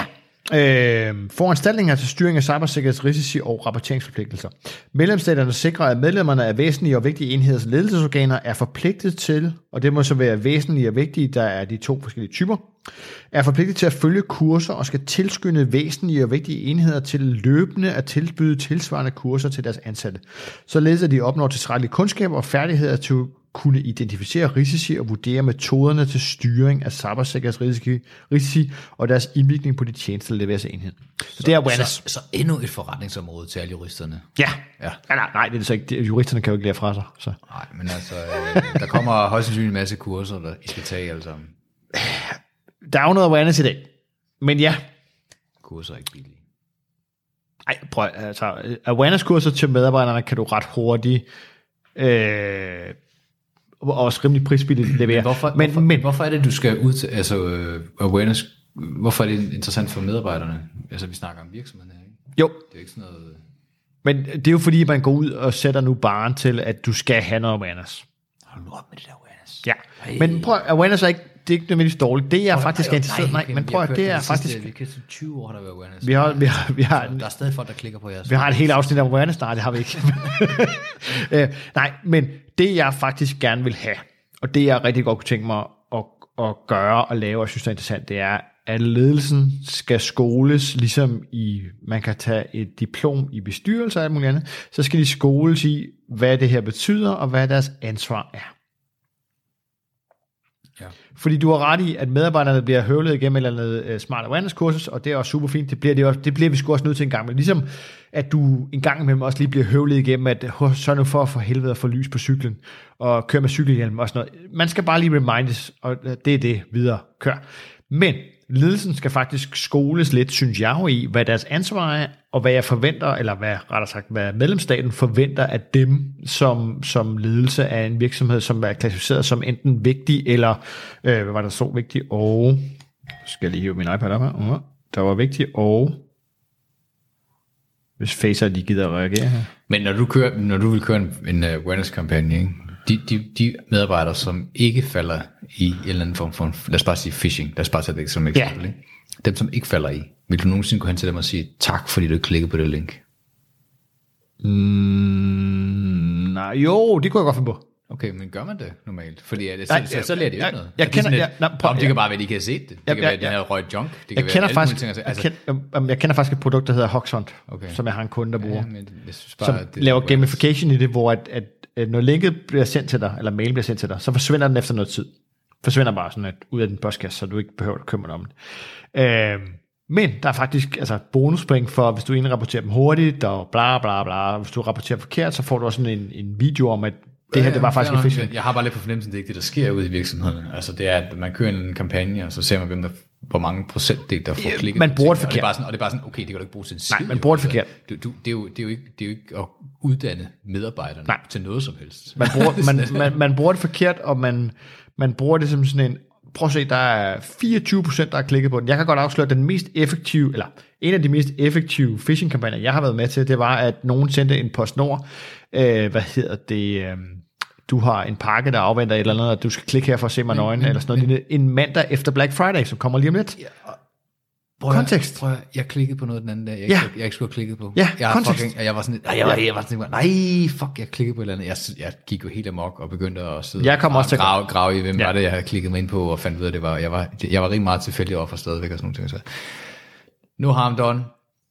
Øh, foranstaltninger til styring af cybersikkerhedsrisici og rapporteringsforpligtelser. Medlemsstaterne sikrer, at medlemmerne af væsentlige og vigtige enheders ledelsesorganer er forpligtet til, og det må så være væsentlige og vigtige, der er de to forskellige typer, er forpligtet til at følge kurser og skal tilskynde væsentlige og vigtige enheder til løbende at tilbyde tilsvarende kurser til deres ansatte, således at de opnår tilstrækkelige kundskaber og færdigheder til at kunne identificere risici og vurdere metoderne til styring af cybersikkerhedsrisici risici og deres indvirkning på de tjenester, der leveres af enheden. Så, så det er awareness. Så, så endnu et forretningsområde til alle juristerne. Ja. ja. ja nej, nej, det er så ikke. Juristerne kan jo ikke lære fra sig. Så. Nej, men altså, øh, der kommer højst sandsynligt en masse kurser, der I skal tage alle sammen. Der er jo noget awareness i dag. Men ja. Kurser er ikke billige. Ej, prøv, altså, awareness-kurser til medarbejderne kan du ret hurtigt øh, og også rimelig prisbilligt levere. Men hvorfor, men, hvorfor, men, hvorfor er det, du skal ud til, altså uh, awareness, hvorfor er det interessant for medarbejderne? Altså, vi snakker om virksomheden her, ikke? Jo. Det er ikke sådan noget... Men det er jo fordi, man går ud og sætter nu barren til, at du skal have noget awareness. Hold nu op med det der awareness. Ja, Ej. Men prøv, awareness er ikke, det er ikke nødvendigvis dårligt. Det er jeg faktisk interesseret. Nej, men prøv, det er faktisk... Vi kan til tyve år, der var awareness. Vi har, vi har, vi har, der er stadig folk, der klikker på jeres. Vi har et helt afsnit af awareness. Nej, det har vi ikke. uh, nej, men det jeg faktisk gerne vil have, og det jeg rigtig godt kunne tænke mig at, at gøre og lave, og jeg synes det er interessant, det er, at ledelsen skal skoles, ligesom i, man kan tage et diplom i bestyrelse og alt muligt andet, så skal de skoles i, hvad det her betyder, og hvad deres ansvar er. Ja. Fordi du har ret i, at medarbejderne bliver høvlet igennem et eller andet uh, smart awareness kursus, og det er også super fint. Det bliver, det også, det bliver vi sgu også nødt til en gang. Men ligesom at du en gang imellem også lige bliver høvlet igennem, at sørg nu for at få helvede at få lys på cyklen, og køre med cykelhjelm og sådan noget. Man skal bare lige remindes, og det er det videre, kør. Men ledelsen skal faktisk skoles lidt, synes jeg jo i, hvad deres ansvar er, og hvad jeg forventer, eller hvad rettere sagt, hvad medlemsstaten forventer af dem, som, som ledelse af en virksomhed, som er klassificeret som enten vigtig, eller, øh, hvad var der så vigtig, og, skal jeg lige hive min iPad op her, uh, der var vigtig, og, hvis Facer de gider at reagere her. Men når du, kører, når du vil køre en, en awareness-kampagne, ikke? De, de, de medarbejdere, som ikke falder i en eller anden form for, lad os bare sige phishing, lad os bare tage det som eksempel, ja. Dem som ikke falder i, vil du nogensinde gå hen til dem og sige, tak fordi du klikkede på det link? Mm, nej, jo, det kunne jeg godt finde på. Okay, men gør man det normalt? Fordi ja, det, nej, så, så, så lærer de jo ikke noget. Jeg, jeg kender, lidt, jeg, nej, prøv, om det kan bare være, at de kan have set det. Det jeg, kan være, jeg, at den her røget junk. Det jeg, kan kender være faktisk, ting, altså, jeg, kender, jeg kender faktisk et produkt, der hedder Hoxhunt, okay. Som jeg har en kunde, der bruger. Ja, men jeg synes bare, som det laver gamification i det, hvor at, at, at når linket bliver sendt til dig, eller mailen bliver sendt til dig, så forsvinder den efter noget tid. Forsvinder bare sådan at, ud af din postkasse, så du ikke behøver at købe dig om den. Øh, men der er faktisk altså, bonuspoint for, hvis du indrapporterer dem hurtigt, og bla bla bla. Hvis du rapporterer forkert, så får du også sådan en, en video om, at det her, det var faktisk en phishing. Jeg har bare lidt på fornemmelsen, det er ikke det, der sker ude i virksomheden. Altså det er, at man kører en kampagne, og så ser man, hvem der, hvor mange procentdel, der får klikket. Man bruger det forkert. Og det, er bare sådan, og det er bare sådan, okay, det kan du ikke bruge til en skid. Nej, man bruger det forkert. Det, du, det, er jo, det, er jo ikke, det er jo ikke at uddanne medarbejderne Nej. Til noget som helst. Man bruger, man, man, man bruger det forkert, og man, man bruger det som sådan en, prøv at se, der er fireogtyve procent, der har klikket på den. Jeg kan godt afsløre, at den mest effektive, eller en af de mest effektive phishing-kampagner, jeg har været med til, det var, at nogen sendte en PostNord, øh, hvad hedder det, øh, du har en pakke, der afventer et eller andet, og du skal klikke her for at se mig nøgen, eller sådan noget. Men, en mandag efter Black Friday, som kommer lige om lidt. Ja, prøv kontekst. Jeg, prøv jeg, jeg klikkede på noget den anden dag, jeg ikke, ja. jeg, jeg ikke skulle have klikket på. Ja, jeg kontekst. Fucking, jeg var sådan lidt, jeg var, jeg var sådan lidt, nej, fuck, jeg klikkede på et eller andet. Jeg, jeg gik jo helt amok og begyndte at sidde jeg kom og også grave, grave i, hvem ja. Var det, jeg havde klikket mig ind på, og fandt ud af, det var, jeg var, jeg var rigtig meget tilfældig over for stadigvæk og sådan nogle ting. Så. No harm done.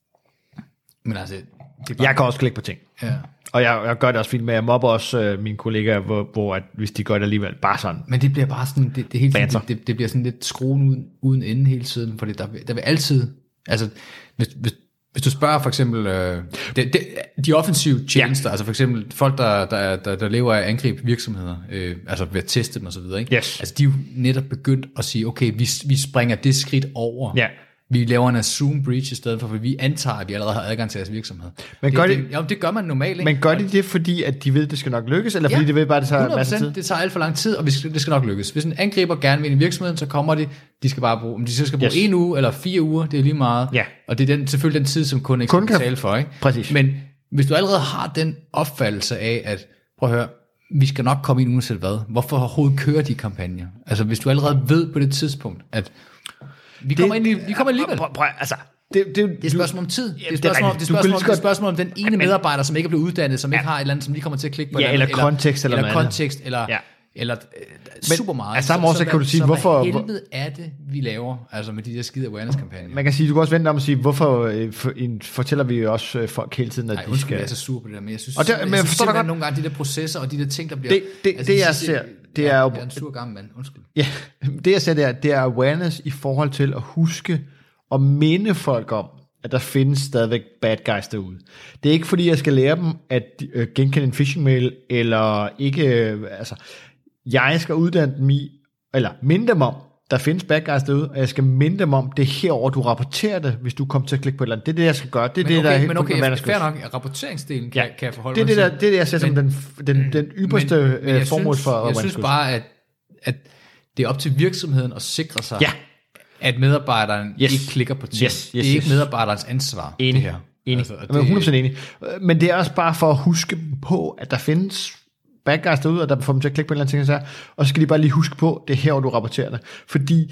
Men altså, det er bare, jeg kan også klikke på ting. Ja. Og jeg, jeg gør det også fint med, jeg mobber også øh, mine kollegaer, hvor, hvor at, hvis de gør det alligevel, bare sådan. Men det bliver bare sådan, det, det, hele tiden, det, det, det bliver sådan lidt skruen uden, uden ende hele tiden, fordi der, der vil altid, altså, hvis, hvis, hvis du spørger for eksempel, øh, det, det, de offensive tjenester, ja. Altså for eksempel folk, der, der, der, der lever af at angribe virksomheder, øh, altså ved at teste dem og så videre, ikke? Yes. Altså de er jo netop begyndt at sige, okay, vi, vi springer det skridt over. Ja. Vi laver en assume breach i stedet for, fordi vi antager, at vi allerede har adgang til deres virksomhed. Men det, gør det, det, jo, det gør man normalt, ikke? Men gør de det, fordi at de ved, at det skal nok lykkes, eller fordi ja, de ved bare, at det tager en masse tid? Det tager alt for lang tid, og det skal nok lykkes. Hvis en angriber gerne vil i virksomheden, så kommer de, de skal bare bruge, om de så skal bruge yes. en uge eller fire uger, det er lige meget. Ja. Og det er den, selvfølgelig den tid, som kunden ikke skal betale for, ikke? Præcis. Men hvis du allerede har den opfattelse af, at, prøv at høre, vi skal nok komme ind uanset hvad, hvorfor overhovedet kører de kampagner? Altså hvis du allerede ved på det tidspunkt, at vi kommer, det, ind, i, vi kommer alligevel. Prøv, prøv, altså, Det, det, Det er et spørgsmål om tid. Det er et spørgsmål, er om, det er spørgsmål, om, det er spørgsmål om den ene men, medarbejder, som ikke er blevet uddannet, som ikke har et eller andet, som lige kommer til at klikke på. Ja, et eller, eller kontekst eller, eller noget kontekst, eller, ja. eller øh, super meget. af samme årsag kan du sige, så, hvorfor... Så hvad helvede er det, vi laver, altså med de der skide awareness-kampagner? Man kan sige, du kan også vente om at sige, hvorfor øh, for, en, fortæller vi jo også øh, folk hele tiden, at Ej, de skal... jeg er så sur på det der, men jeg synes, og det, jeg men jeg synes forstår simpelthen godt. nogle gange, de der processer og de der ting, der bliver... Det, det, altså, det de jeg sidste- ser, det ja, er jo... Jeg er en sur gammel mand, undskyld. Ja, det jeg ser, det er, det er awareness i forhold til at huske og minde folk om, at der findes stadigvæk bad guys derude. Det er ikke fordi, jeg skal lære dem at øh, genkende en phishing-mail, eller ikke, øh, altså, jeg skal uddanne dem i, eller minde dem om, der findes bad guys derude, og jeg skal minde dem om, det er herover du rapporterer det, hvis du kommer til at klikke på et eller andet. Det er det, jeg skal gøre. Det er Men det, okay, der er helt men okay, fundamentalt. fair nok, at rapporteringsdelen kan, Ja, kan jeg forholde det er mig det, der, til. det er det, jeg ser som Men- den, den, den ypperste men, men, men jeg formål synes, for Jeg awareness. synes bare, at, at det er op til virksomheden at sikre sig, Ja. at medarbejderen Yes. ikke klikker på ting. Yes, yes, det er ikke yes. medarbejderens ansvar, Enig. det her. Enig. Altså, Altså, og jeg er hundrede procent det, enig. Men det er også bare for at huske dem på, at der findes bad guys derude, og der får dem til at klikke på en eller anden ting, og, og så skal de bare lige huske på, det er her, hvor du rapporterer det. Fordi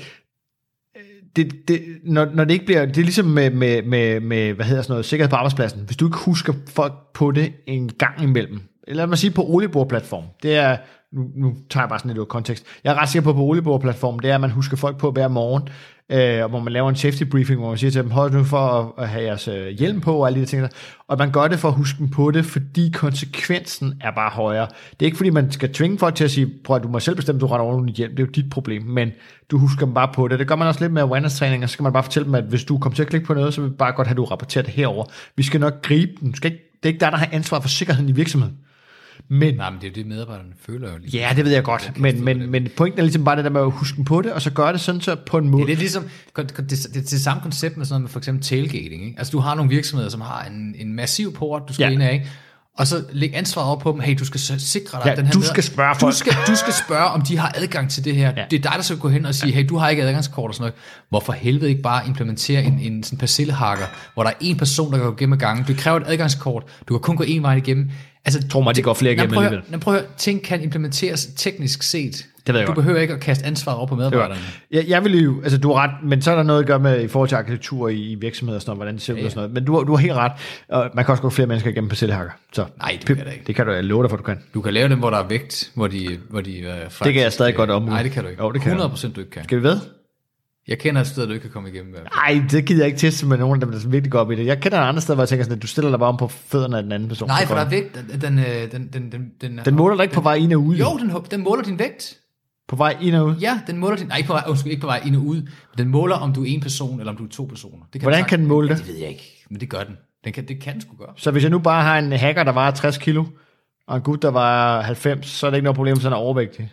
det, det, når, når det ikke bliver, det er ligesom med, med, med, med hvad hedder sådan noget, sikkerhed på arbejdspladsen. Hvis du ikke husker folk på det en gang imellem, lad mig sige på oliebordplatform, det er, nu, nu tager jeg bare sådan lidt ud af kontekst, jeg er ret sikker på på oliebordplatform, det er, at man husker folk på hver morgen, øh, hvor man laver en safety briefing, hvor man siger til dem, hold nu for at, at have jeres øh, hjelm på, og alle de der ting der. Og man gør det for at huske dem på det, fordi konsekvensen er bare højere. Det er ikke fordi, man skal tvinge folk til at sige, prøv at du må selv bestemme, du retter over din hjelm, det er jo dit problem, men du husker dem bare på det. Det gør man også lidt med awareness-træning, og så skal man bare fortælle dem, at hvis du kommer til at klikke på noget, så vil vi bare godt have, at du rapporterer det herover. Vi skal nok gribe den. Du skal ikke, det er ikke der, der har ansvar for sikkerheden i virksomheden. Men, nej, men det er jo det, medarbejderne føler jo lige. ja, det ved jeg godt, men, men, men pointen er ligesom bare det der med at huske dem på det, og så gøre det sådan så på en måde. Det er lidt ligesom, det er det samme koncept med sådan noget med for eksempel tailgating. Ikke? Altså du har nogle virksomheder, som har en, en massiv port, du skal Ja. ind af, ikke? Og så læg ansvaret over på dem, hey, du skal så sikre dig, Ja, at den her du med- skal spørge du folk. skal, du skal spørge, om de har adgang til det her. Ja. Det er dig, der skal gå hen og sige, hey, du har ikke adgangskort og sådan noget. Hvorfor helvede ikke bare implementere en, en sådan persillehakker, hvor der er en person, der kan gå igennem gangen. Det kræver et adgangskort. Du kan kun gå en vej igennem. Altså, Tror mig, det går flere igennem Nå, prøv at høre- alligevel. nå, prøv at høre, ting kan implementeres teknisk set. Det ved jeg du godt. behøver ikke at kaste ansvaret over på medarbejderne. Jeg, jeg vil jo, altså du har ret, men så er der noget at gøre med i forhold til arkitektur i, i virksomheder og sådan noget, hvordan det ser ud Ja, ja. og sådan noget. Men du, har- du har helt ret, og man kan også gå flere mennesker igennem persillehakker. Så Nej, det kan jeg da ikke. det kan du, jeg love dig for, du kan. Du kan lave dem, hvor der er vægt, hvor de, hvor de øh, faktisk, Det kan jeg stadig godt om. Nej, det kan du ikke. Jo, det kan jeg. hundrede procent du ikke kan. Skal vi ved? Jeg kender et sted, du ikke kan komme igennem. i hvert fald. Nej, det gider jeg ikke teste med nogen af dem, der virkelig går op i det. Jeg kender andre steder, hvor jeg tænker sådan, at du stiller dig bare om på fødderne af den anden person. Nej, Så for der går er vægt. Den, den, øh, den, den, den, den, Den måler dig ikke på vej ind og ud. Jo, den, den måler din vægt. På vej ind og ud. Ja, den måler din... Nej, ikke på vej, undskyld, ikke på vej ind og ud. Den måler, om du er en person, eller om du er to personer. Det Hvordan du kan den måle det? Ja, det ved jeg ikke, men det gør den. den kan, det kan den sgu gøre. Så hvis jeg nu bare har en hacker, der vejer tres kilo, og en gut, der vejer halvfems, så er det ikke noget problem, hvis han er overvægtig.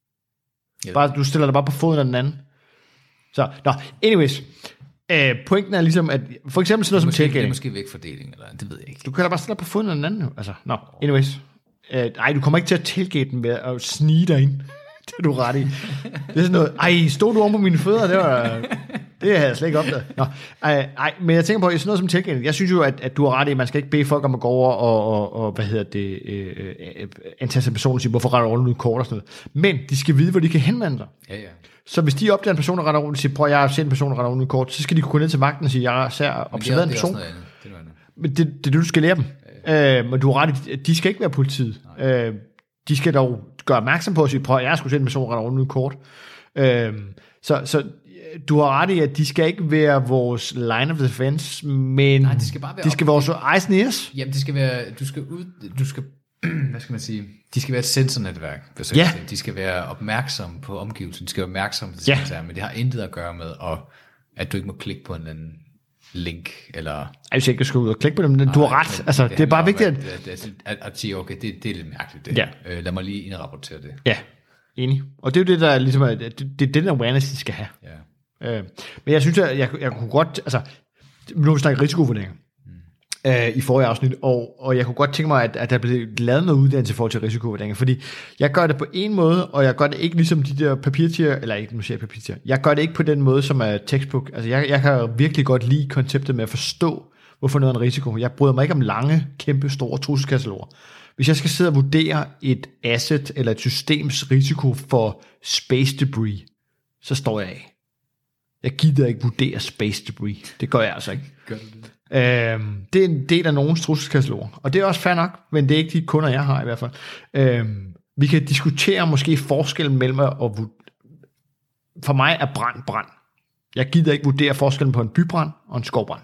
Ja. Bare, du stiller dig bare på foden af den anden. Så, nå, anyways. Øh, pointen er ligesom, at for eksempel sådan noget som Måske, det er tailgating. måske vægtfordeling, eller det ved jeg ikke. Du kan da bare stille dig på foden af den anden. jo. Altså, nå, anyways. Øh, ej, du kommer ikke til at tailgate den ved at snige dig ind. Det er du ret i. Det er sådan noget, ej, stod du oven på mine fødder? Det var... Det havde jeg slet ikke opdaget. Nå, ej, ej, men jeg tænker på, sådan noget som tailgating. Jeg synes jo, at, at du har ret i, at man skal ikke bede folk om at gå over og, og, og hvad hedder det, øh, øh, antage sig personer og sige, hvorfor retter du rundt ud kort og sådan noget. Men de skal vide, hvor de kan henvende sig. Ja, ja. Så hvis de opdager en person, der retter rundt og siger, prøv, jeg har set en person, der retter rundt ud kort, så skal de kunne gå ned til magten og sige, jeg ser observeret en det er også person. noget andet. Det er noget andet. Men det, det er det, du skal lære dem. Ja. Øh, men du har ret i, de skal ikke være politiet. Øh, de skal dog gøre opmærksom på at sige, prøv, jeg skulle se en person, der retter rundt ud kort. Øh, så, så du har ret i, at de skal ikke være vores line of defense, men Nej, de skal bare være de skal være vores eyes and ears. Jamen, det skal være, du skal ud, du skal, hvad skal man sige, de skal være et sensornetværk, hvis jeg Ja. kan sige. De skal være opmærksomme på omgivelsen, de skal være opmærksomme på det, Ja. ja. Men det har intet at gøre med, at, at du ikke må klikke på en eller anden link, eller... Ej, hvis jeg ikke skal ud og klikke på dem, men du har ret. Men Altså, det, det er bare vigtigt, at... at, at, at, at sige, okay, det, det er lidt mærkeligt, det. Ja. Øh, lad mig lige indrapportere det. Ja, enig. Og det er jo det, der ligesom er, det, det er den awareness, de skal have. Ja. Øh, men jeg synes, at jeg, jeg kunne godt, altså, nu har vi snakket risikovurderinger mm. øh, i forrige afsnit, og, og jeg kunne godt tænke mig, at, at der blev lavet noget uddannelse i forhold til risikovurderinger, fordi jeg gør det på en måde, og jeg gør det ikke ligesom de der papirtier, eller ikke, nu siger jeg papirtier, jeg gør det ikke på den måde, som er textbook. Altså, jeg, jeg kan virkelig godt lide konceptet med at forstå, hvorfor noget er en risiko. Jeg bryder mig ikke om lange, kæmpe, store trusselskataloger. Hvis jeg skal sidde og vurdere et asset eller et systems risiko for space debris, så står jeg af. Jeg gider ikke vurdere space debris. Det gør jeg altså ikke. Gør du det? Øhm, det er en del af nogens trusselskataloger, og det er også fair nok, men det er ikke de kunder, jeg har i hvert fald. Øhm, vi kan diskutere måske forskellen mellem at for mig er brand brand. Jeg gider ikke vurdere forskellen på en bybrand og en skovbrand.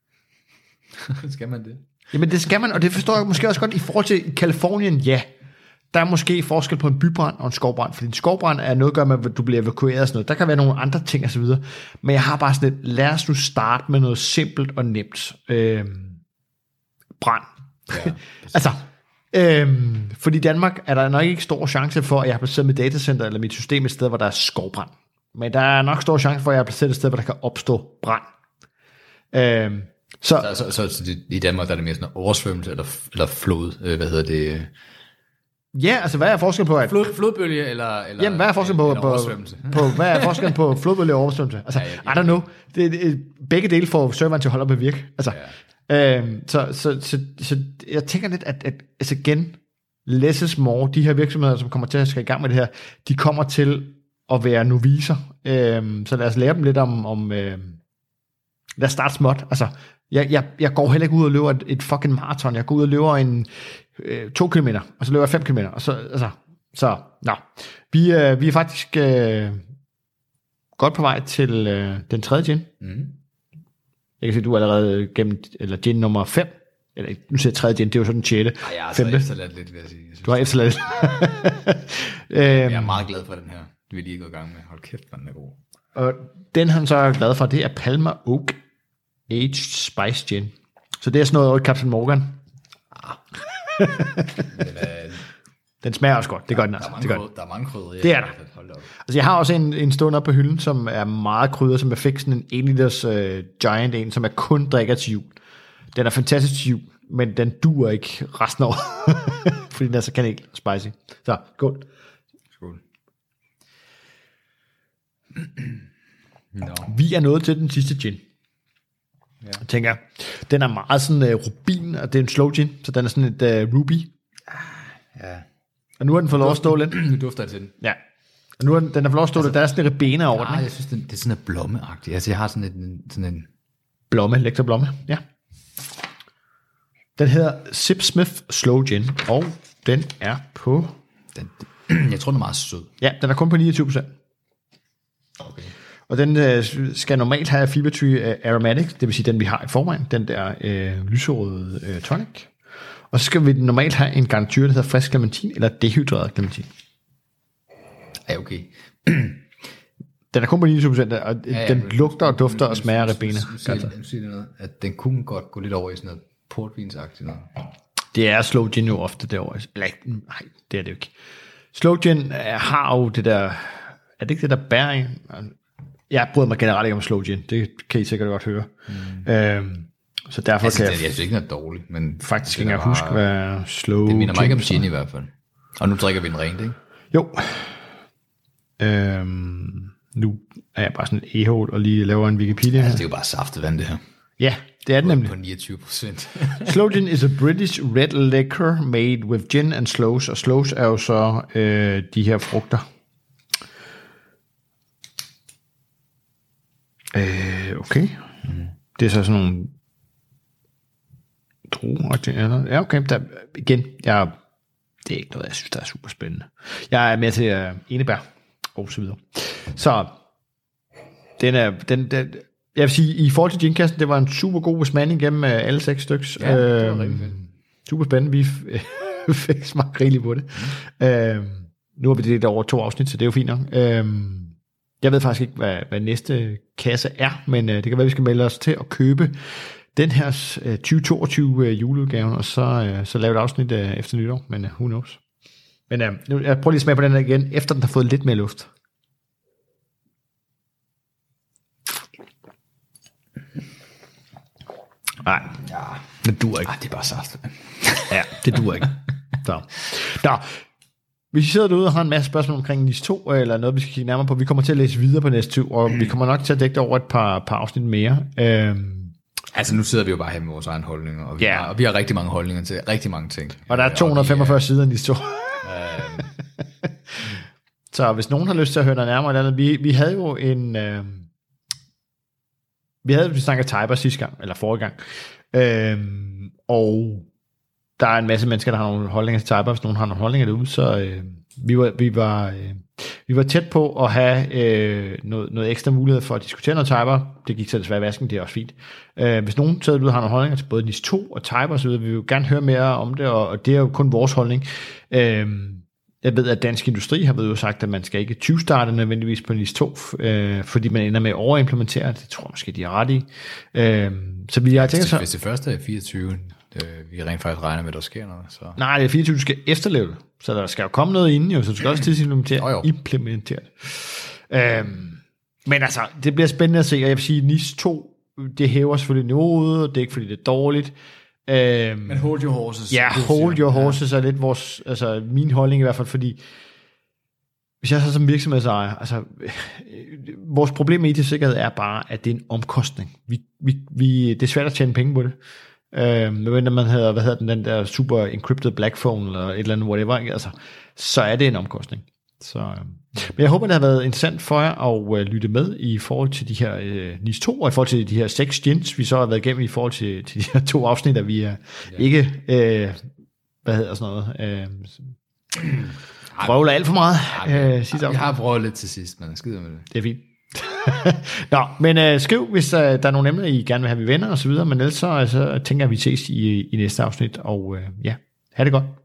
Skal man det? Jamen det skal man, og det forstår jeg måske også godt i forhold til Californien, ja. Der er måske forskel på en bybrand og en skovbrand, fordi en skovbrand er noget at gøre med, at du bliver evakueret og sådan noget. Der kan være nogle andre ting og så videre. Men jeg har bare sådan lidt, lad os nu starte med noget simpelt og nemt. Øhm, brand. Ja, altså, øhm, fordi i Danmark er der nok ikke stor chance for, at jeg har placeret mit datacenter eller mit system et sted, hvor der er skovbrand. Men der er nok stor chance for, at jeg har placeret et sted, hvor der kan opstå brand. Øhm, så, så, så, så, så det, i Danmark der er det mere sådan en oversvømmelse eller, eller flod, øh, hvad hedder det? Ja, altså hvad er forskellen på at Flod, flodbølge eller eller jamen hvad er forskellen på, på, på hvad er forskellen på flodbølge og oversvømmelse? Altså ja, ja, I don't know. Det, det, begge dele får serveren til at holde op med virke. Altså ja. øhm, så, så, så, så jeg tænker lidt at, at altså igen less is more. De her virksomheder som kommer til at skal i gang med det her, de kommer til at være novicer. Øhm, så lad os lære dem lidt om om øhm, lad os starte småt. Altså jeg, jeg, jeg går heller ikke ud og løber et, et fucking maraton. Jeg går ud og løber en øh, to kilometer, og så løber jeg fem kilometer, og så, altså, så, nå. Vi, øh, vi er faktisk øh, godt på vej til øh, den tredje gin. Mm. Jeg kan se, du er allerede gennem, eller gin nummer fem, eller nu siger jeg tredje gin, det er jo sådan den sjette. Nej, jeg har altså efterladt lidt, vil jeg sige. Jeg du har efterladt lidt. Jeg er meget glad for den her. Vi er lige gået i gang med. Hold kæft, den er god. Og den han så er glad for, det er Palmer Oak Aged Spice Gin. Så det er sådan noget over Captain Morgan. Ah. den, er, den smager også godt. Det gør den altså. Der er mange, det krydder, der er mange krydderier. Det er der. Altså jeg har også en, en stående op på hylden, som er meget krydder, som jeg fik sådan en en liters uh, Giant en, som jeg kun drikker til jul. Den er fantastisk til jul, men den duer ikke resten af året, fordi den er så kanel spicy. Så, skål. Skål. No. Vi er nået til den sidste gin. Ja. Jeg tænker, den er meget sådan uh, rubin, og det er en slow gin, så den er sådan et uh, ruby. Ja. Og nu har den fået lov at stå lidt. Nu dufter det til den. Ja. Og nu har den, den har fået lov at stå altså, lidt. Der er sådan en ribena over ja, den. Jeg synes, den, det er sådan en blommeagtig. Altså, jeg har sådan en... Sådan en blomme, lækker blomme, ja. Den hedder Sip Smith Slow Gin, og den er på... Den, jeg tror, den er meget sød. Ja, den er kun på niogtyve procent. Okay. Og den øh, skal normalt have Fever Tree Aromatic, det vil sige den, vi har i forvejen, den der øh, lyserøde øh, tonic. Og så skal vi normalt have en garnityr, der hedder frisk clementin, eller dehydreret clementin. Ja, okay. Den er kun på niogtyve procent, og ja, ja, den men, lugter og dufter men, og smager af ribena. Nu siger det noget, at den kunne godt gå lidt over i sådan noget portvinsagtigt noget. Det er slow gin jo ofte derovre. Nej, det er det jo ikke. Slow gin har jo det der... Er det ikke det der bær i? Jeg bryder mig generelt ikke om slow gin. Det kan I sikkert godt høre. Mm. Øhm, så derfor altså, kan jeg... Jeg synes ikke noget dårligt, men... Faktisk ikke engang huske, hvad slow det minder mig ikke om gin så. I hvert fald. Og nu drikker vi en rent, ikke? Jo. Øhm, nu er jeg bare sådan et e-hold og lige laver en Wikipedia. Altså, det er jo bare saftet vand, det her. Ja, det er det nemlig. På niogtyve procent. Slow gin is a British red liquor made with gin and sloes. Og sloes er jo så øh, de her frugter. Øh, okay. Mm. Det er så sådan nogle druer. Ja, okay. Der, igen, jeg, det er ikke noget, jeg synes, der er super spændende. Jeg er med til uh, enebær og så videre. Så den er, den, den, jeg vil sige, i forhold til ginkassen, det var en super god besmanding gennem uh, alle seks styks. Ja, det var rigtig fedt. Super spændende. Vi fik smagt rigeligt på det. Mm. Uh, nu har vi det over to afsnit, så det er jo fint nok. Uh, Jeg ved faktisk ikke, hvad, hvad næste kasse er, men øh, det kan være, vi skal melde os til at købe den her øh, tyve toogtyve øh, juleudgaven, og så, øh, så lave et afsnit øh, efter nytår, men øh, who knows. Men øh, nu, jeg prøver lige at smage på den her igen, efter den har fået lidt mere luft. Nej, ja, det duer ikke. Ej, det er bare saft. Ja, det duer ikke. Så. Nå, hvis I sidder derude og har en masse spørgsmål omkring N I S to, eller noget, vi skal kigge nærmere på, vi kommer til at læse videre på næste tyv, og vi kommer nok til at dække det over et par, par afsnit mere. Øhm. Altså, nu sidder vi jo bare her med vores egne holdninger, og vi, yeah. har, og vi har rigtig mange holdninger til rigtig mange ting. Og der er to hundrede og femogfyrre og sider i N I S to. Øhm. Så hvis nogen har lyst til at høre noget nærmere, eller andet, vi, vi havde jo en, øh, vi havde vi snakket Tiber sidste gang, eller forrige gang, øhm, og der er en masse mennesker, der har nogle holdninger til Tiber. Hvis nogen har nogle holdninger derude, så øh, vi, var, vi, var, øh, vi var tæt på at have øh, noget, noget ekstra mulighed for at diskutere noget Tiber. Det gik så desværre i vasken, det er også fint. Øh, hvis nogen taget ud har nogle holdninger til både N I S to og Tiber, så vil vi jo gerne høre mere om det, og, og det er jo kun vores holdning. Øh, jeg ved, at Dansk Industri har jo sagt, at man skal ikke tyve-starte nødvendigvis på N I S to, øh, fordi man ender med at overimplementere. Det tror jeg måske, de er ret i. Øh, så vi har tænkt så... Hvis det første er fireogtyve... vi rent faktisk regner med, at der sker noget. Så. Nej, det er fireogtyve, du skal efterleve det. Så der skal jo komme noget inden, jo, så du skal også implementere, oh, implementere det. Øhm, men altså, det bliver spændende at se, og jeg vil sige, N I S to, det hæver selvfølgelig niveauet, og det er ikke fordi, det er dårligt. Øhm, men hold your horses. Ja, hold your horses ja. Er lidt vores, altså min holdning i hvert fald, fordi hvis jeg så som virksomhedsejer, altså vores problem med I T-sikkerhed er bare, at det er en omkostning. Vi, vi, vi, det er svært at tjene penge på det. Øh, men når man hedder, hvad hedder den, den der super encrypted black phone, eller et eller andet, whatever, altså, så er det en omkostning. Så, øh. Men jeg håber, det har været interessant for jer at øh, lytte med i forhold til de her øh, N I S to, og i forhold til de her seks gens, vi så har været igennem i forhold til, til de her to afsnit, der vi er ja. ikke, øh, hvad hedder sådan noget, øh, prøvler alt for meget. Ja, øh, sidste vi har prøvet lidt til sidst, men skider med det. Det er fint. Nå, men øh, skriv, hvis øh, der er nogle emner, I gerne vil have, vi venner og så videre, men ellers så altså, tænker jeg, at vi ses i, i næste afsnit, og øh, ja, ha' det godt.